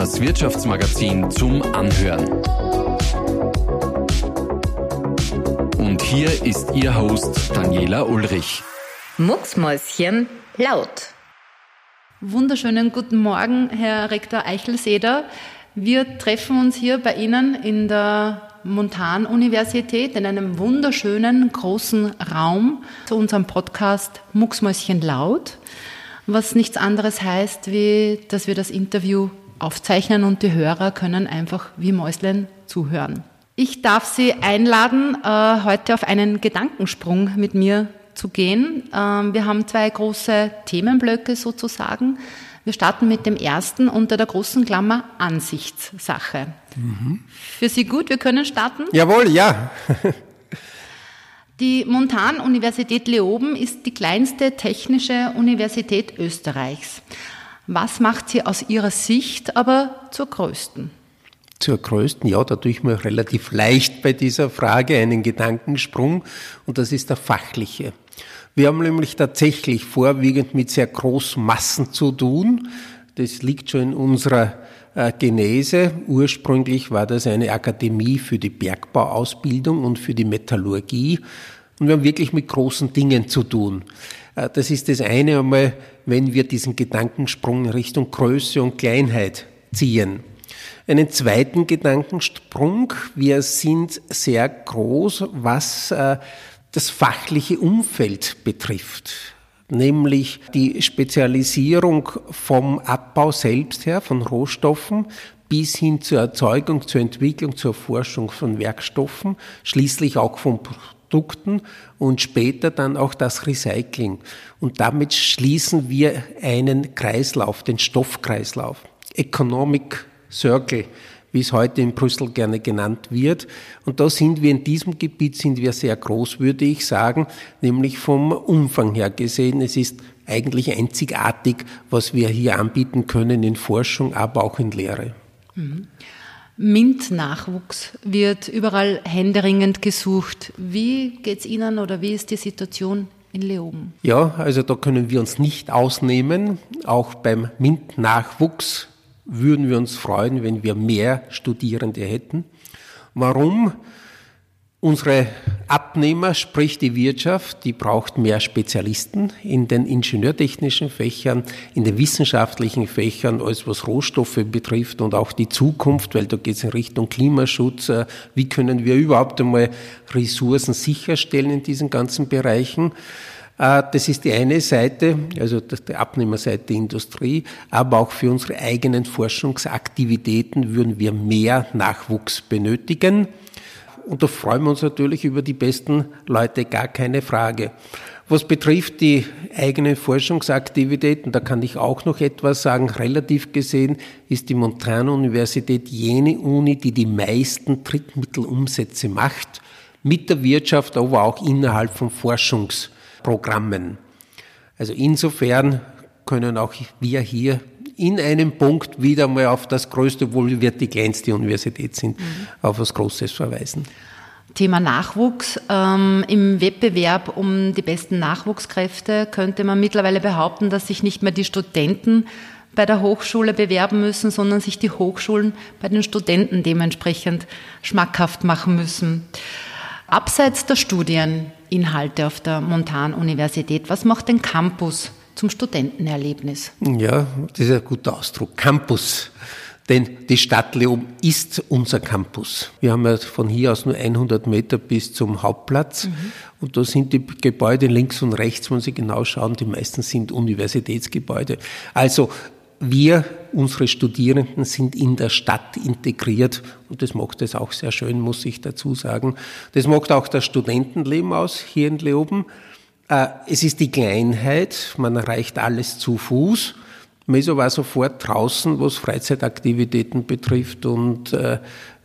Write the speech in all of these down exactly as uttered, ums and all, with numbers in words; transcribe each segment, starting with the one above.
das Wirtschaftsmagazin zum Anhören. Und hier ist Ihr Host Daniela Ulrich. Mucksmäuschen laut. Wunderschönen guten Morgen, Herr Rektor Eichelseder. Wir treffen uns hier bei Ihnen in der Montanuniversität in einem wunderschönen großen Raum zu unserem Podcast Mucksmäuschen laut, was nichts anderes heißt, wie dass wir das Interview aufzeichnen und die Hörer können einfach wie Mäuslein zuhören. Ich darf Sie einladen, äh, heute auf einen Gedankensprung mit mir zu gehen. Ähm, wir haben zwei große Themenblöcke sozusagen. Wir starten mit dem ersten unter der großen Klammer Ansichtssache. Mhm. Für Sie gut, wir können starten? Jawohl, ja. Die Montanuniversität Leoben ist die kleinste technische Universität Österreichs. Was macht sie aus Ihrer Sicht aber zur größten? Zur größten, ja, da tue ich mir relativ leicht bei dieser Frage einen Gedankensprung und das ist der fachliche. Wir haben nämlich tatsächlich vorwiegend mit sehr großen Massen zu tun. Das liegt schon in unserer äh, Genese. Ursprünglich war das eine Akademie für die Bergbauausbildung und für die Metallurgie. Und wir haben wirklich mit großen Dingen zu tun. Äh, das ist das eine einmal, wenn wir diesen Gedankensprung in Richtung Größe und Kleinheit ziehen. Einen zweiten Gedankensprung. Wir sind sehr groß, was äh, das fachliche Umfeld betrifft, nämlich die Spezialisierung vom Abbau selbst her, von Rohstoffen, bis hin zur Erzeugung, zur Entwicklung, zur Forschung von Werkstoffen, schließlich auch von Produkten und später dann auch das Recycling. Und damit schließen wir einen Kreislauf, den Stoffkreislauf, Economic Circle, wie es heute in Brüssel gerne genannt wird. Und da sind wir in diesem Gebiet sind wir sehr groß, würde ich sagen, nämlich vom Umfang her gesehen. Es ist eigentlich einzigartig, was wir hier anbieten können in Forschung, aber auch in Lehre. Mhm. MINT-Nachwuchs wird überall händeringend gesucht. Wie geht es Ihnen oder wie ist die Situation in Leoben? Ja, also da können wir uns nicht ausnehmen. Auch beim MINT-Nachwuchs würden wir uns freuen, wenn wir mehr Studierende hätten. Warum? Unsere Abnehmer, sprich die Wirtschaft, die braucht mehr Spezialisten in den ingenieurtechnischen Fächern, in den wissenschaftlichen Fächern, alles was Rohstoffe betrifft und auch die Zukunft, weil da geht es in Richtung Klimaschutz. Wie können wir überhaupt einmal Ressourcen sicherstellen in diesen ganzen Bereichen? Das ist die eine Seite, also die Abnehmerseite der Industrie, aber auch für unsere eigenen Forschungsaktivitäten würden wir mehr Nachwuchs benötigen. Und da freuen wir uns natürlich über die besten Leute, gar keine Frage. Was betrifft die eigenen Forschungsaktivitäten, da kann ich auch noch etwas sagen. Relativ gesehen ist die Montanuniversität jene Uni, die die meisten Drittmittelumsätze macht, mit der Wirtschaft, aber auch innerhalb von Forschungs Programmen. Also insofern können auch wir hier in einem Punkt wieder mal auf das Größte, obwohl wir die kleinste Universität sind, mhm. auf was Großes verweisen. Thema Nachwuchs. Ähm, Im Wettbewerb um die besten Nachwuchskräfte könnte man mittlerweile behaupten, dass sich nicht mehr die Studenten bei der Hochschule bewerben müssen, sondern sich die Hochschulen bei den Studenten dementsprechend schmackhaft machen müssen. Abseits der Studieninhalte auf der Montanuniversität, was macht den Campus zum Studentenerlebnis? Ja, das ist ein guter Ausdruck, Campus. Denn die Stadt Leoben ist unser Campus. Wir haben ja von hier aus nur hundert Meter bis zum Hauptplatz. Mhm. Und da sind die Gebäude links und rechts, wenn Sie genau schauen, die meisten sind Universitätsgebäude. Also wir, unsere Studierenden, sind in der Stadt integriert und das macht es auch sehr schön, muss ich dazu sagen. Das macht auch das Studentenleben aus hier in Leoben. Es ist die Kleinheit, man erreicht alles zu Fuß. Man ist aber auch sofort draußen, was Freizeitaktivitäten betrifft und äh,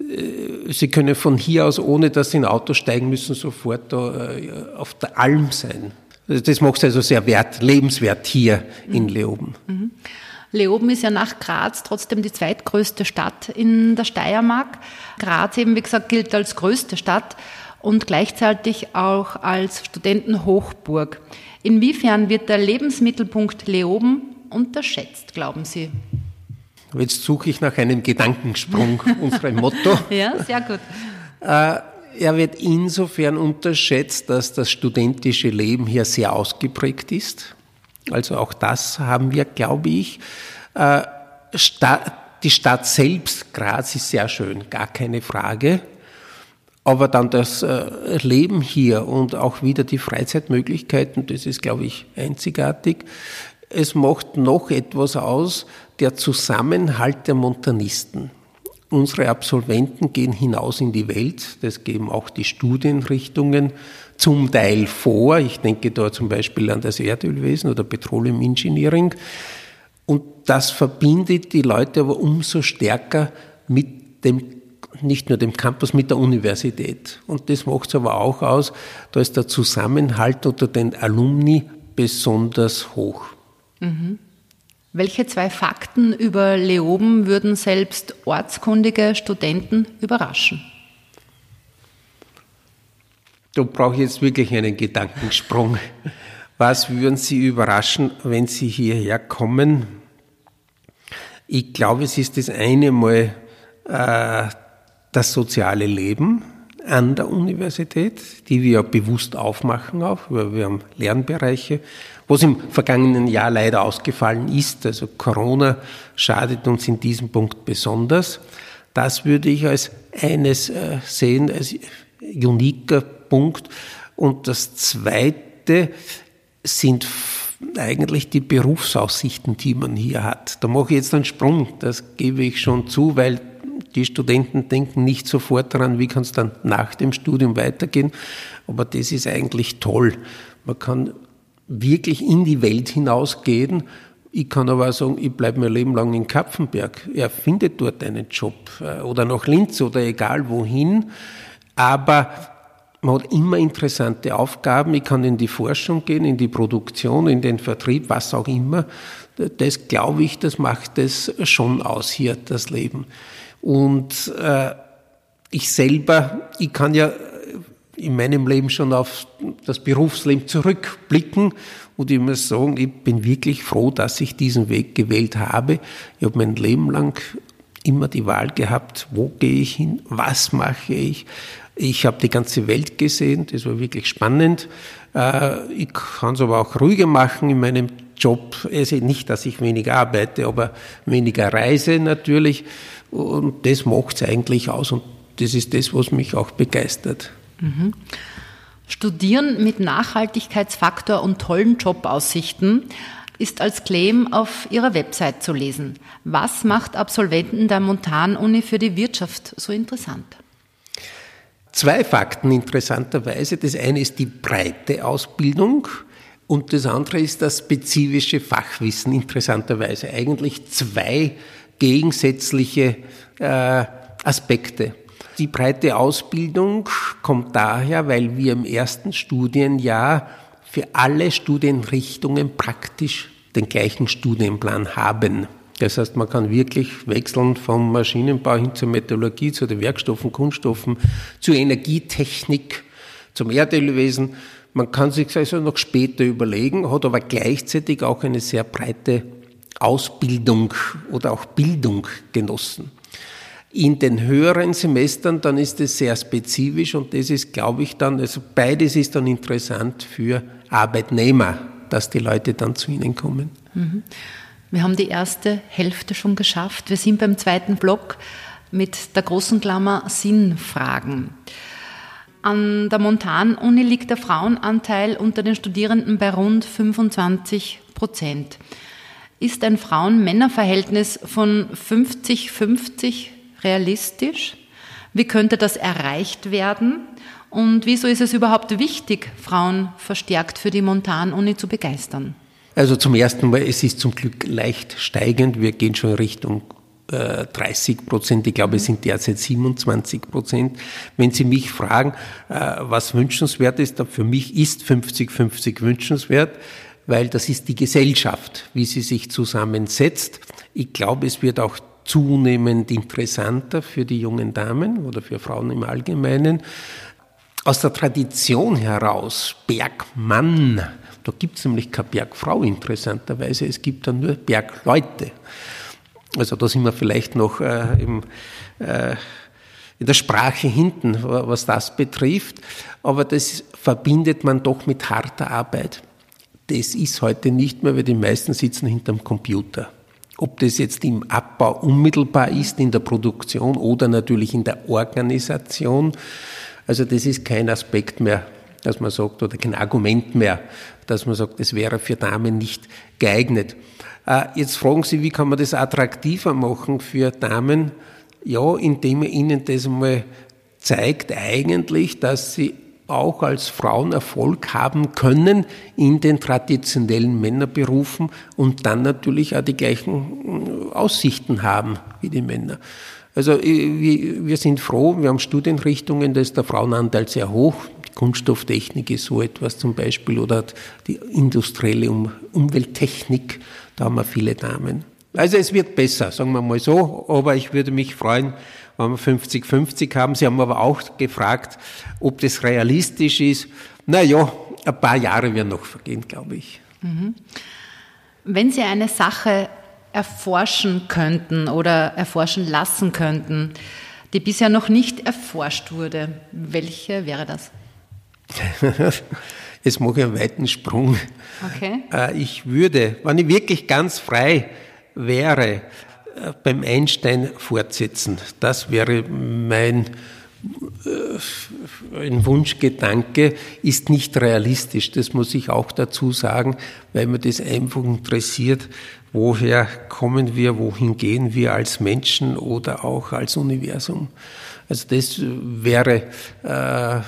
Sie können von hier aus, ohne dass Sie in ein Auto steigen müssen, sofort da, äh, auf der Alm sein. Das macht es also sehr wert, lebenswert hier mhm. in Leoben. Mhm. Leoben ist ja nach Graz trotzdem die zweitgrößte Stadt in der Steiermark. Graz eben, wie gesagt, gilt als größte Stadt und gleichzeitig auch als Studentenhochburg. Inwiefern wird der Lebensmittelpunkt Leoben unterschätzt, glauben Sie? Jetzt suche ich nach einem Gedankensprung, unserem Motto. Ja, sehr gut. Äh, er wird insofern unterschätzt, dass das studentische Leben hier sehr ausgeprägt ist. Also auch das haben wir, glaube ich. Äh, Stadt, die Stadt selbst, Graz, ist sehr schön, gar keine Frage. Aber dann das äh, Leben hier und auch wieder die Freizeitmöglichkeiten, das ist, glaube ich, einzigartig. Es macht noch etwas aus, der Zusammenhalt der Montanisten. Unsere Absolventen gehen hinaus in die Welt, das geben auch die Studienrichtungen zum Teil vor. Ich denke da zum Beispiel an das Erdölwesen oder Petroleum Engineering. Und das verbindet die Leute aber umso stärker mit dem, nicht nur dem Campus, mit der Universität. Und das macht es aber auch aus, da ist der Zusammenhalt unter den Alumni besonders hoch. Mhm. Welche zwei Fakten über Leoben würden selbst ortskundige Studenten überraschen? Da brauche ich jetzt wirklich einen Gedankensprung. Was würden Sie überraschen, wenn Sie hierher kommen? Ich glaube, es ist das eine Mal äh, das soziale Leben an der Universität, die wir bewusst aufmachen auch, weil wir haben Lernbereiche, was im vergangenen Jahr leider ausgefallen ist. Also Corona schadet uns in diesem Punkt besonders. Das würde ich als eines äh, sehen, als uniker Punkt. Und das Zweite sind eigentlich die Berufsaussichten, die man hier hat. Da mache ich jetzt einen Sprung, das gebe ich schon zu, weil die Studenten denken nicht sofort daran, wie kann es dann nach dem Studium weitergehen. Aber das ist eigentlich toll. Man kann wirklich in die Welt hinausgehen. Ich kann aber auch sagen, ich bleibe mein Leben lang in Kapfenberg. Er findet dort einen Job oder nach Linz oder egal wohin. Aber man hat immer interessante Aufgaben. Ich kann in die Forschung gehen, in die Produktion, in den Vertrieb, was auch immer. Das glaube ich, das macht es schon aus hier, das Leben. Und äh, ich selber, ich kann ja in meinem Leben schon auf das Berufsleben zurückblicken und ich muss sagen, ich bin wirklich froh, dass ich diesen Weg gewählt habe. Ich habe mein Leben lang immer die Wahl gehabt, wo gehe ich hin, was mache ich. Ich habe die ganze Welt gesehen, das war wirklich spannend. Ich kann es aber auch ruhiger machen in meinem Job. Also nicht, dass ich weniger arbeite, aber weniger reise natürlich. Und das macht es eigentlich aus und das ist das, was mich auch begeistert. Mhm. Studieren mit Nachhaltigkeitsfaktor und tollen Jobaussichten ist als Claim auf Ihrer Website zu lesen. Was macht Absolventen der Montanuni für die Wirtschaft so interessant? Zwei Fakten interessanterweise. Das eine ist die breite Ausbildung und das andere ist das spezifische Fachwissen interessanterweise. Eigentlich zwei gegensätzliche äh, Aspekte. Die breite Ausbildung kommt daher, weil wir im ersten Studienjahr für alle Studienrichtungen praktisch den gleichen Studienplan haben. Das heißt, man kann wirklich wechseln vom Maschinenbau hin zur Metallurgie, zu den Werkstoffen, Kunststoffen, zur Energietechnik, zum Erdölwesen. Man kann sich also noch später überlegen, hat aber gleichzeitig auch eine sehr breite Ausbildung oder auch Bildung genossen. In den höheren Semestern, dann ist es sehr spezifisch und das ist, glaube ich, dann, also beides ist dann interessant für Arbeitnehmer, dass die Leute dann zu ihnen kommen. Mhm. Wir haben die erste Hälfte schon geschafft. Wir sind beim zweiten Block mit der großen Klammer Sinnfragen. An der Montanuni liegt der Frauenanteil unter den Studierenden bei rund fünfundzwanzig Prozent. Ist ein Frauen-Männer-Verhältnis von fünfzig fünfzig realistisch? Wie könnte das erreicht werden? Und wieso ist es überhaupt wichtig, Frauen verstärkt für die Montanuni zu begeistern? Also zum ersten Mal, es ist zum Glück leicht steigend. Wir gehen schon Richtung äh, dreißig Prozent. Ich glaube, es sind derzeit siebenundzwanzig Prozent. Wenn Sie mich fragen, äh, was wünschenswert ist, für mich ist fünfzig fünfzig wünschenswert, weil das ist die Gesellschaft, wie sie sich zusammensetzt. Ich glaube, es wird auch zunehmend interessanter für die jungen Damen oder für Frauen im Allgemeinen. Aus der Tradition heraus, Bergmann, da gibt es nämlich keine Bergfrau interessanterweise, es gibt dann nur Bergleute. Also da sind wir vielleicht noch äh, im, äh, in der Sprache hinten, was das betrifft. Aber das verbindet man doch mit harter Arbeit. Das ist heute nicht mehr, weil die meisten sitzen hinterm Computer. Ob das jetzt im Abbau unmittelbar ist, in der Produktion oder natürlich in der Organisation. Also das ist kein Aspekt mehr, dass man sagt, oder kein Argument mehr, dass man sagt, das wäre für Damen nicht geeignet. Jetzt fragen Sie, wie kann man das attraktiver machen für Damen? Ja, indem man ihnen das mal zeigt eigentlich, dass sie auch als Frauen Erfolg haben können in den traditionellen Männerberufen und dann natürlich auch die gleichen Aussichten haben wie die Männer. Also wir sind froh, wir haben Studienrichtungen, da ist der Frauenanteil sehr hoch. Die Kunststofftechnik ist so etwas zum Beispiel oder die industrielle Umwelttechnik, da haben wir viele Damen. Also es wird besser, sagen wir mal so, aber ich würde mich freuen, wenn wir fünfzig fünfzig haben. Sie haben aber auch gefragt, ob das realistisch ist. Na ja, ein paar Jahre werden noch vergehen, glaube ich. Mhm. Wenn Sie eine Sache erforschen könnten oder erforschen lassen könnten, die bisher noch nicht erforscht wurde, welche wäre das? Jetzt mache ich einen weiten Sprung. Okay. Ich würde, wenn ich wirklich ganz frei wäre, beim Einstein fortsetzen. Das wäre mein äh, ein Wunschgedanke, ist nicht realistisch. Das muss ich auch dazu sagen, weil mir das einfach interessiert, woher kommen wir, wohin gehen wir als Menschen oder auch als Universum. Also das wäre äh, ein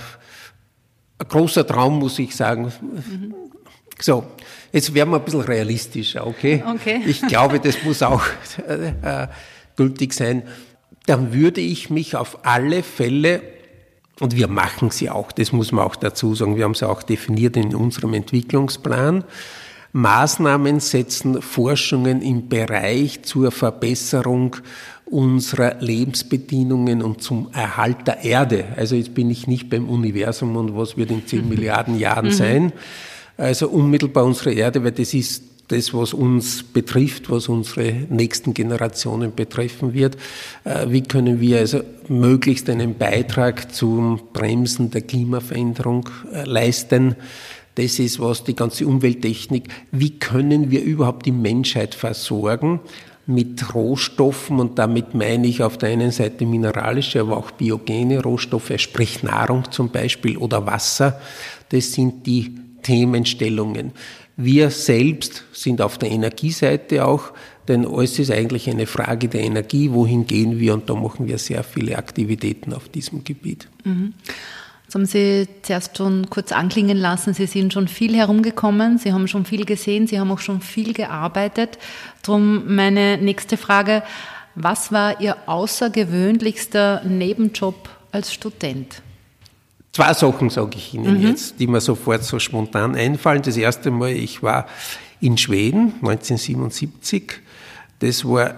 großer Traum, muss ich sagen. Mhm. So, jetzt werden wir ein bisschen realistischer, okay? Okay. Ich glaube, das muss auch äh, gültig sein. Dann würde ich mich auf alle Fälle, und wir machen sie auch, das muss man auch dazu sagen, wir haben sie auch definiert in unserem Entwicklungsplan, Maßnahmen setzen, Forschungen im Bereich zur Verbesserung unserer Lebensbedingungen und zum Erhalt der Erde. Also jetzt bin ich nicht beim Universum und was wird in zehn Milliarden Jahren sein. Also unmittelbar unsere Erde, weil das ist das, was uns betrifft, was unsere nächsten Generationen betreffen wird. Wie können wir also möglichst einen Beitrag zum Bremsen der Klimaveränderung leisten? Das ist was, die ganze Umwelttechnik. Wie können wir überhaupt die Menschheit versorgen mit Rohstoffen? Und damit meine ich auf der einen Seite mineralische, aber auch biogene Rohstoffe, sprich Nahrung zum Beispiel oder Wasser. Das sind die Themenstellungen. Wir selbst sind auf der Energieseite auch, denn alles ist eigentlich eine Frage der Energie. Wohin gehen wir? Und da machen wir sehr viele Aktivitäten auf diesem Gebiet. Mhm. Jetzt haben Sie zuerst schon kurz anklingen lassen, Sie sind schon viel herumgekommen, Sie haben schon viel gesehen, Sie haben auch schon viel gearbeitet. Drum meine nächste Frage, was war Ihr außergewöhnlichster Nebenjob als Student? Zwei Sachen sage ich Ihnen mhm. jetzt, die mir sofort so spontan einfallen. Das erste Mal, ich war in Schweden neunzehnhundertsiebenundsiebzig. Das war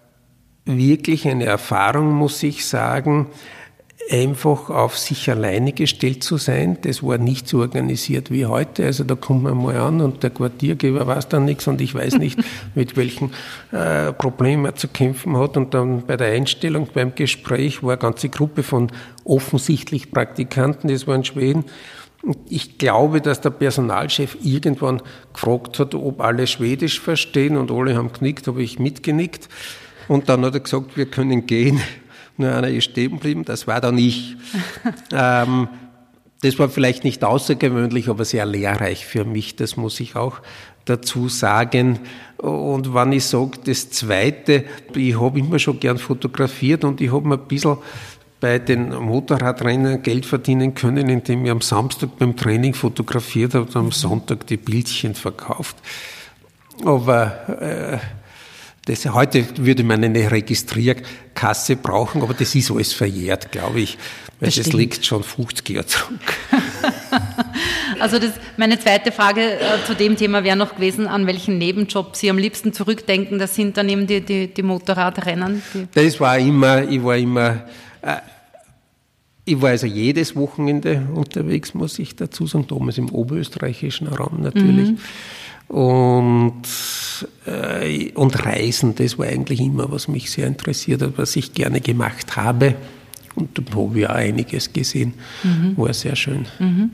wirklich eine Erfahrung, muss ich sagen, einfach auf sich alleine gestellt zu sein. Das war nicht so organisiert wie heute. Also da kommt man mal an und der Quartiergeber weiß dann nichts und ich weiß nicht, mit welchen äh, Problemen er zu kämpfen hat. Und dann bei der Einstellung, beim Gespräch war eine ganze Gruppe von offensichtlich Praktikanten, das war in Schweden. Und ich glaube, dass der Personalchef irgendwann gefragt hat, ob alle Schwedisch verstehen und alle haben genickt, habe ich mitgenickt. Und dann hat er gesagt, wir können gehen. Nur einer ist stehen geblieben, das war dann ich. ähm, das war vielleicht nicht außergewöhnlich, aber sehr lehrreich für mich, das muss ich auch dazu sagen. Und wenn ich sage, das Zweite, ich habe immer schon gern fotografiert und ich habe mir ein bisschen bei den Motorradrennen Geld verdienen können, indem ich am Samstag beim Training fotografiert habe und am Sonntag die Bildchen verkauft. Aber äh, Das, heute würde man eine Registrierkasse brauchen, aber das ist alles verjährt, glaube ich, weil das, das liegt schon fünfzig Jahre zurück. Also das, meine zweite Frage äh, zu dem Thema wäre noch gewesen, an welchen Nebenjob Sie am liebsten zurückdenken. Das sind dann eben die, die, die Motorradrennen. Die das war immer, ich war immer, äh, ich war also jedes Wochenende unterwegs, muss ich dazu sagen, damals im oberösterreichischen Raum natürlich. Mhm. Und äh, und Reisen, das war eigentlich immer, was mich sehr interessiert hat, was ich gerne gemacht habe. Und da habe ich auch einiges gesehen. Mhm. War sehr schön. Mhm.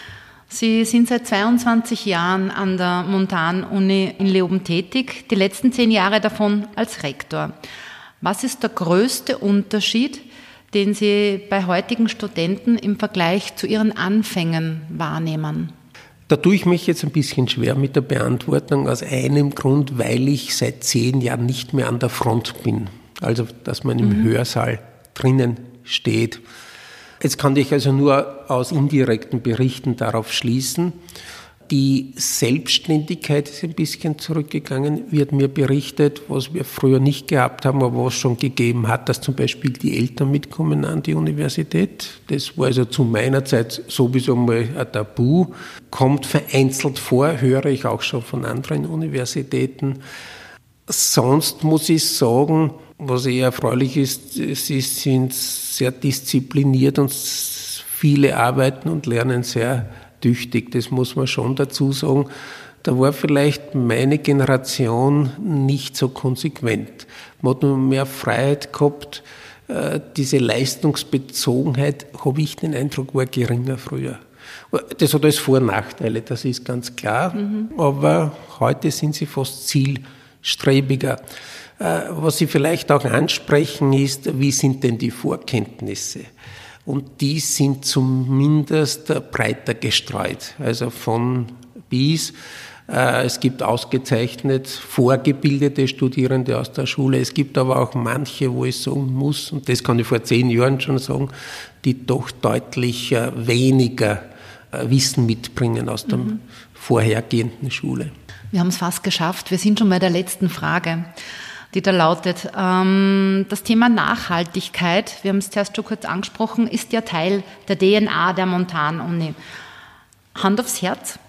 Sie sind seit zweiundzwanzig Jahren an der Montanuni in Leoben tätig, die letzten zehn Jahre davon als Rektor. Was ist der größte Unterschied, den Sie bei heutigen Studenten im Vergleich zu Ihren Anfängen wahrnehmen? Da tue ich mich jetzt ein bisschen schwer mit der Beantwortung, aus einem Grund, weil ich seit zehn Jahren nicht mehr an der Front bin. Also, dass man im mhm. Hörsaal drinnen steht. Jetzt kann ich also nur aus indirekten Berichten darauf schließen. Die Selbstständigkeit ist ein bisschen zurückgegangen, wird mir berichtet, was wir früher nicht gehabt haben, aber was schon gegeben hat, dass zum Beispiel die Eltern mitkommen an die Universität. Das war also zu meiner Zeit sowieso mal ein Tabu. Kommt vereinzelt vor, höre ich auch schon von anderen Universitäten. Sonst muss ich sagen, was eher erfreulich ist, sie sind sehr diszipliniert und viele arbeiten und lernen sehr tüchtig, das muss man schon dazu sagen. Da war vielleicht meine Generation nicht so konsequent. Man hat nur mehr Freiheit gehabt. Diese Leistungsbezogenheit, habe ich den Eindruck, war geringer früher. Das hat alles Vor- und Nachteile, das ist ganz klar. Mhm. Aber heute sind sie fast zielstrebiger. Was Sie vielleicht auch ansprechen ist, wie sind denn die Vorkenntnisse? Und die sind zumindest breiter gestreut, also von bis. Es gibt ausgezeichnet vorgebildete Studierende aus der Schule. Es gibt aber auch manche, wo ich sagen muss, und das kann ich vor zehn Jahren schon sagen, die doch deutlich weniger Wissen mitbringen aus der mhm. vorhergehenden Schule. Wir haben es fast geschafft. Wir sind schon bei der letzten Frage, die da lautet, ähm, das Thema Nachhaltigkeit, wir haben es zuerst schon kurz angesprochen, ist ja Teil der D N A der Montanuni. Hand aufs Herz,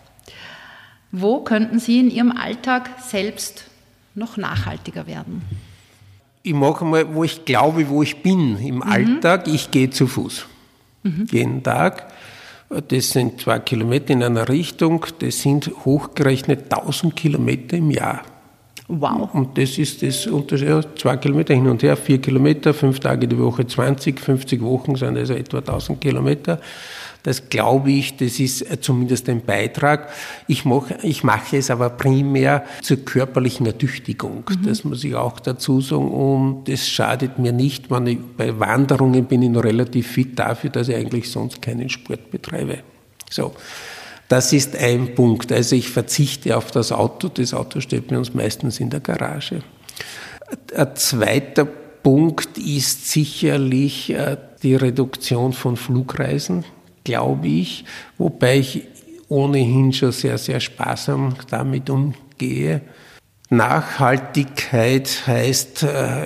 wo könnten Sie in Ihrem Alltag selbst noch nachhaltiger werden? Ich mache mal, wo ich glaube, wo ich bin im mhm. Alltag. Ich gehe zu Fuß, mhm. jeden Tag. Das sind zwei Kilometer in einer Richtung, das sind hochgerechnet tausend Kilometer im Jahr. Wow. Und das ist das Unterschied, zwei Kilometer hin und her, vier Kilometer, fünf Tage die Woche zwanzig, fünfzig Wochen sind also etwa tausend Kilometer. Das glaube ich, das ist zumindest ein Beitrag. Ich mache, ich mache es aber primär zur körperlichen Ertüchtigung. Mhm. Das muss ich auch dazu sagen. Und das schadet mir nicht, wenn ich bei Wanderungen bin ich noch relativ fit dafür, dass ich eigentlich sonst keinen Sport betreibe. So. Das ist ein Punkt. Also ich verzichte auf das Auto. Das Auto steht bei uns meistens in der Garage. Ein zweiter Punkt ist sicherlich die Reduktion von Flugreisen, glaube ich, wobei ich ohnehin schon sehr, sehr sparsam damit umgehe. Nachhaltigkeit heißt äh,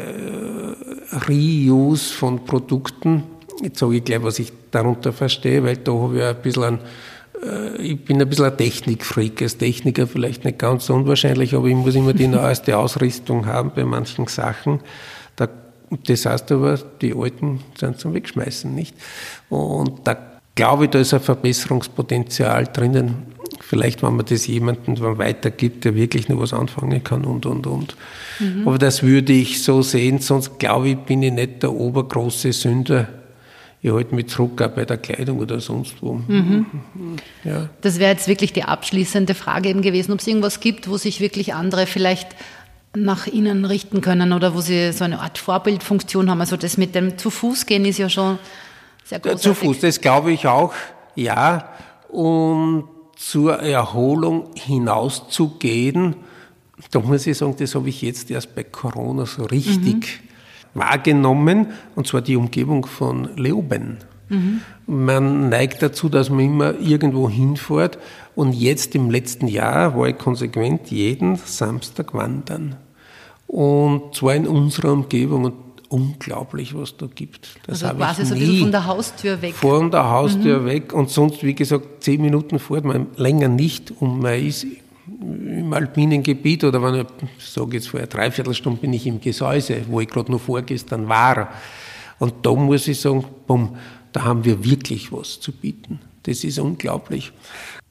Reuse von Produkten. Jetzt sage ich gleich, was ich darunter verstehe, weil da habe ich ein bisschen einen Ich bin ein bisschen ein Technikfreak, als Techniker vielleicht nicht ganz so unwahrscheinlich, aber ich muss immer die neueste Ausrüstung haben bei manchen Sachen. Da, das heißt aber, die alten sind zum Wegschmeißen, nicht? Und da glaube ich, da ist ein Verbesserungspotenzial drinnen. Vielleicht, wenn man das jemandem weitergibt, der wirklich nur was anfangen kann und, und, und. Mhm. Aber das würde ich so sehen, sonst glaube ich, bin ich nicht der obergroße Sünder. Ich halte mich zurück, auch bei der Kleidung oder sonst wo. Mhm. Ja. Das wäre jetzt wirklich die abschließende Frage eben gewesen, ob es irgendwas gibt, wo sich wirklich andere vielleicht nach Ihnen richten können oder wo Sie so eine Art Vorbildfunktion haben. Also das mit dem Zu-Fuß-Gehen ist ja schon sehr großartig. Zu Fuß, das glaube ich auch, ja. Und zur Erholung hinauszugehen, da muss ich sagen, das habe ich jetzt erst bei Corona so richtig mhm. wahrgenommen, und zwar die Umgebung von Leoben. Mhm. Man neigt dazu, dass man immer irgendwo hinfährt, und jetzt im letzten Jahr war ich konsequent jeden Samstag wandern. Und zwar in unserer Umgebung, und unglaublich, was da gibt. Das also quasi so ein bisschen von der Haustür weg. Von der Haustür mhm. weg, und sonst, wie gesagt, zehn Minuten fährt man länger nicht, und man ist im alpinen Gebiet, oder wenn ich sage jetzt vor einer Dreiviertelstunde bin ich im Gesäuse, wo ich gerade noch vorgestern war. Und da muss ich sagen, bumm, da haben wir wirklich was zu bieten. Das ist unglaublich.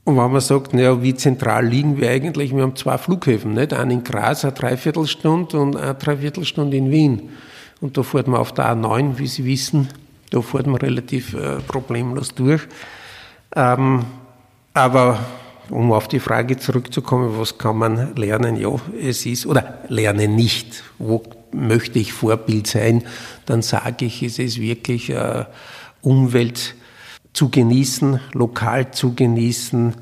Und wenn man sagt, naja, wie zentral liegen wir eigentlich? Wir haben zwei Flughäfen, nicht? Einen in Graz, eine Dreiviertelstunde und eine Dreiviertelstunde in Wien. Und da fährt man auf der A neun, wie Sie wissen, da fährt man relativ äh, problemlos durch. Ähm, aber um auf die Frage zurückzukommen, was kann man lernen? Ja, es ist, oder lernen nicht. Wo möchte ich Vorbild sein? Dann sage ich, es ist wirklich äh, Umwelt zu genießen, lokal zu genießen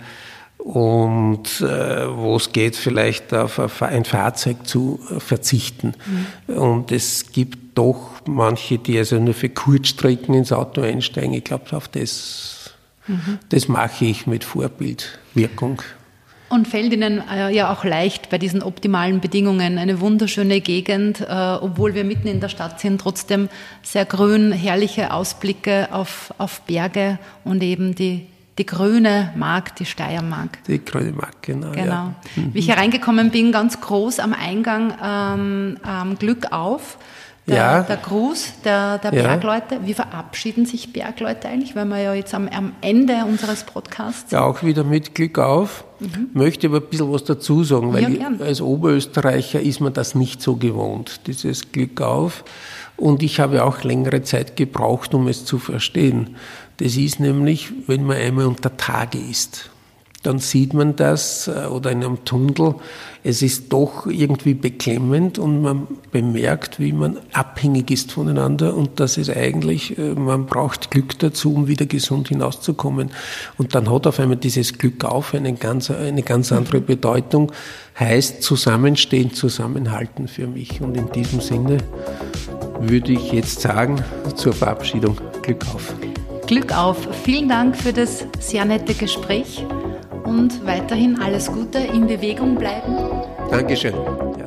und äh, wo es geht, vielleicht auf ein Fahrzeug zu verzichten. Mhm. Und es gibt doch manche, die also nur für Kurzstrecken ins Auto einsteigen. Ich glaube, auf das, mhm. das mache ich mit Vorbildwirkung. Und fällt Ihnen äh, ja auch leicht bei diesen optimalen Bedingungen, eine wunderschöne Gegend, äh, obwohl wir mitten in der Stadt sind, trotzdem sehr grün, herrliche Ausblicke auf, auf Berge und eben die, die grüne Mark, die Steiermark. Die grüne Mark, genau. genau. Ja. Mhm. Wie ich hereingekommen bin, ganz groß am Eingang ähm, ähm, Glück auf. Der, ja. der Gruß der, der ja. Bergleute. Wie verabschieden sich Bergleute eigentlich, weil wir ja jetzt am, am Ende unseres Podcasts sind? Ja, auch wieder mit Glück auf. Mhm. Möchte aber ein bisschen was dazu sagen, weil ja, ich, als Oberösterreicher ist man das nicht so gewohnt, dieses Glück auf. Und ich habe auch längere Zeit gebraucht, um es zu verstehen. Das ist nämlich, wenn man einmal unter Tage ist. Dann sieht man das, oder in einem Tunnel, es ist doch irgendwie beklemmend und man bemerkt, wie man abhängig ist voneinander und dass es eigentlich, man braucht Glück dazu, um wieder gesund hinauszukommen. Und dann hat auf einmal dieses Glück auf eine ganz, eine ganz andere Bedeutung, heißt zusammenstehen, zusammenhalten für mich. Und in diesem Sinne würde ich jetzt sagen, zur Verabschiedung, Glück auf. Glück auf. Vielen Dank für das sehr nette Gespräch. Und weiterhin alles Gute, in Bewegung bleiben. Dankeschön. Ja.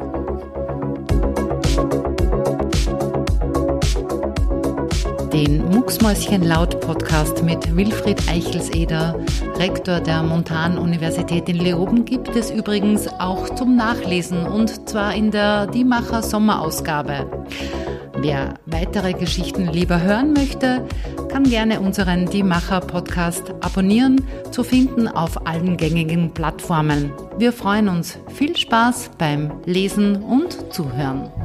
Den Mucksmäuschen-Laut-Podcast mit Wilfried Eichelseder, Rektor der Montanuniversität in Leoben, gibt es übrigens auch zum Nachlesen, und zwar in der Diemacher Sommerausgabe. Wer weitere Geschichten lieber hören möchte, kann gerne unseren Diemacher-Podcast abonnieren, zu finden auf allen gängigen Plattformen. Wir freuen uns. Viel Spaß beim Lesen und Zuhören.